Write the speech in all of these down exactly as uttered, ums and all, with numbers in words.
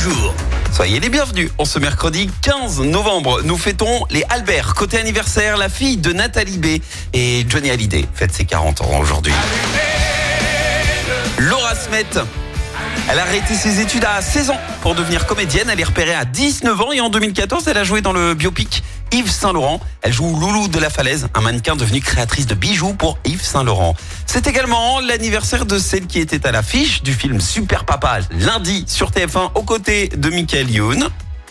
jour. Soyez les bienvenus. En ce mercredi quinze novembre, nous fêtons les Albert. Côté anniversaire, la fille de Nathalie B et Johnny Hallyday fête ses quarante ans aujourd'hui. Laura Smet, elle a arrêté ses études à seize ans pour devenir comédienne. Elle est repérée à dix-neuf ans et en deux mille quatorze, elle a joué dans le biopic Yves Saint Laurent. Elle joue Loulou de la Falaise, un mannequin devenu créatrice de bijoux pour Yves Saint Laurent. C'est également l'anniversaire de celle qui était à l'affiche du film Super Papa lundi sur T F un aux côtés de Michael Youn.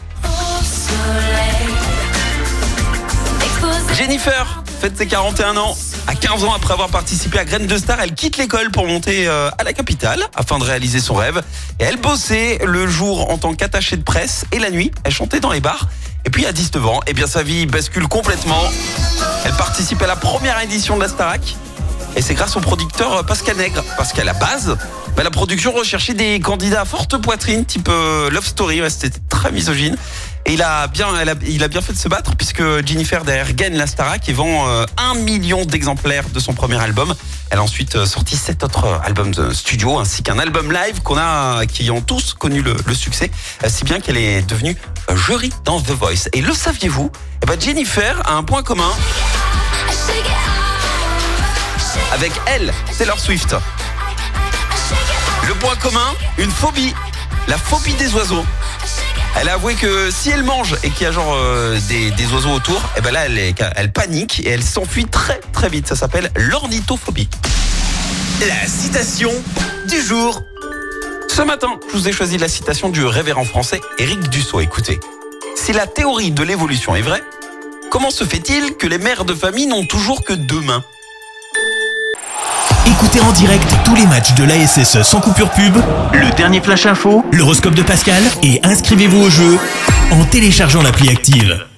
Jennifer fête ses quarante et un ans. À quinze ans, après avoir participé à Graines de Star, elle quitte l'école pour monter euh, à la capitale afin de réaliser son rêve. Et elle bossait le jour en tant qu'attachée de presse et la nuit, elle chantait dans les bars. Et puis à dix-neuf ans, eh bien sa vie bascule complètement. Elle participe à la première édition de la Starac. Et c'est grâce au producteur Pascal Nègre. Parce qu'à la base, bah, la production recherchait des candidats à forte poitrine, type euh, Love Story. Ouais, c'était très misogyne. Et il a bien, elle a, il a bien fait de se battre puisque Jennifer derrière gagne la Starac et vend euh, un million d'exemplaires de son premier album. Elle a ensuite euh, sorti sept autres albums de studio ainsi qu'un album live qu'on a, qui ont tous connu le, le succès, euh, si bien qu'elle est devenue euh, jury dans The Voice. Et le saviez-vous ? Eh ben Jennifer a un point commun avec elle, Taylor Swift. Le point commun, une phobie, la phobie des oiseaux. Elle a avoué que si elle mange et qu'il y a genre euh, des, des oiseaux autour, eh ben là elle, est, elle panique et elle s'enfuit très très vite. Ça s'appelle l'ornithophobie. La citation du jour. Ce matin, je vous ai choisi la citation du révérend français Éric Dussault. Écoutez, si la théorie de l'évolution est vraie, comment se fait-il que les mères de famille n'ont toujours que deux mains ? Écoutez en direct tous les matchs de l'A S S sans coupure pub, le dernier flash info, l'horoscope de Pascal et inscrivez-vous au jeu en téléchargeant l'appli Active.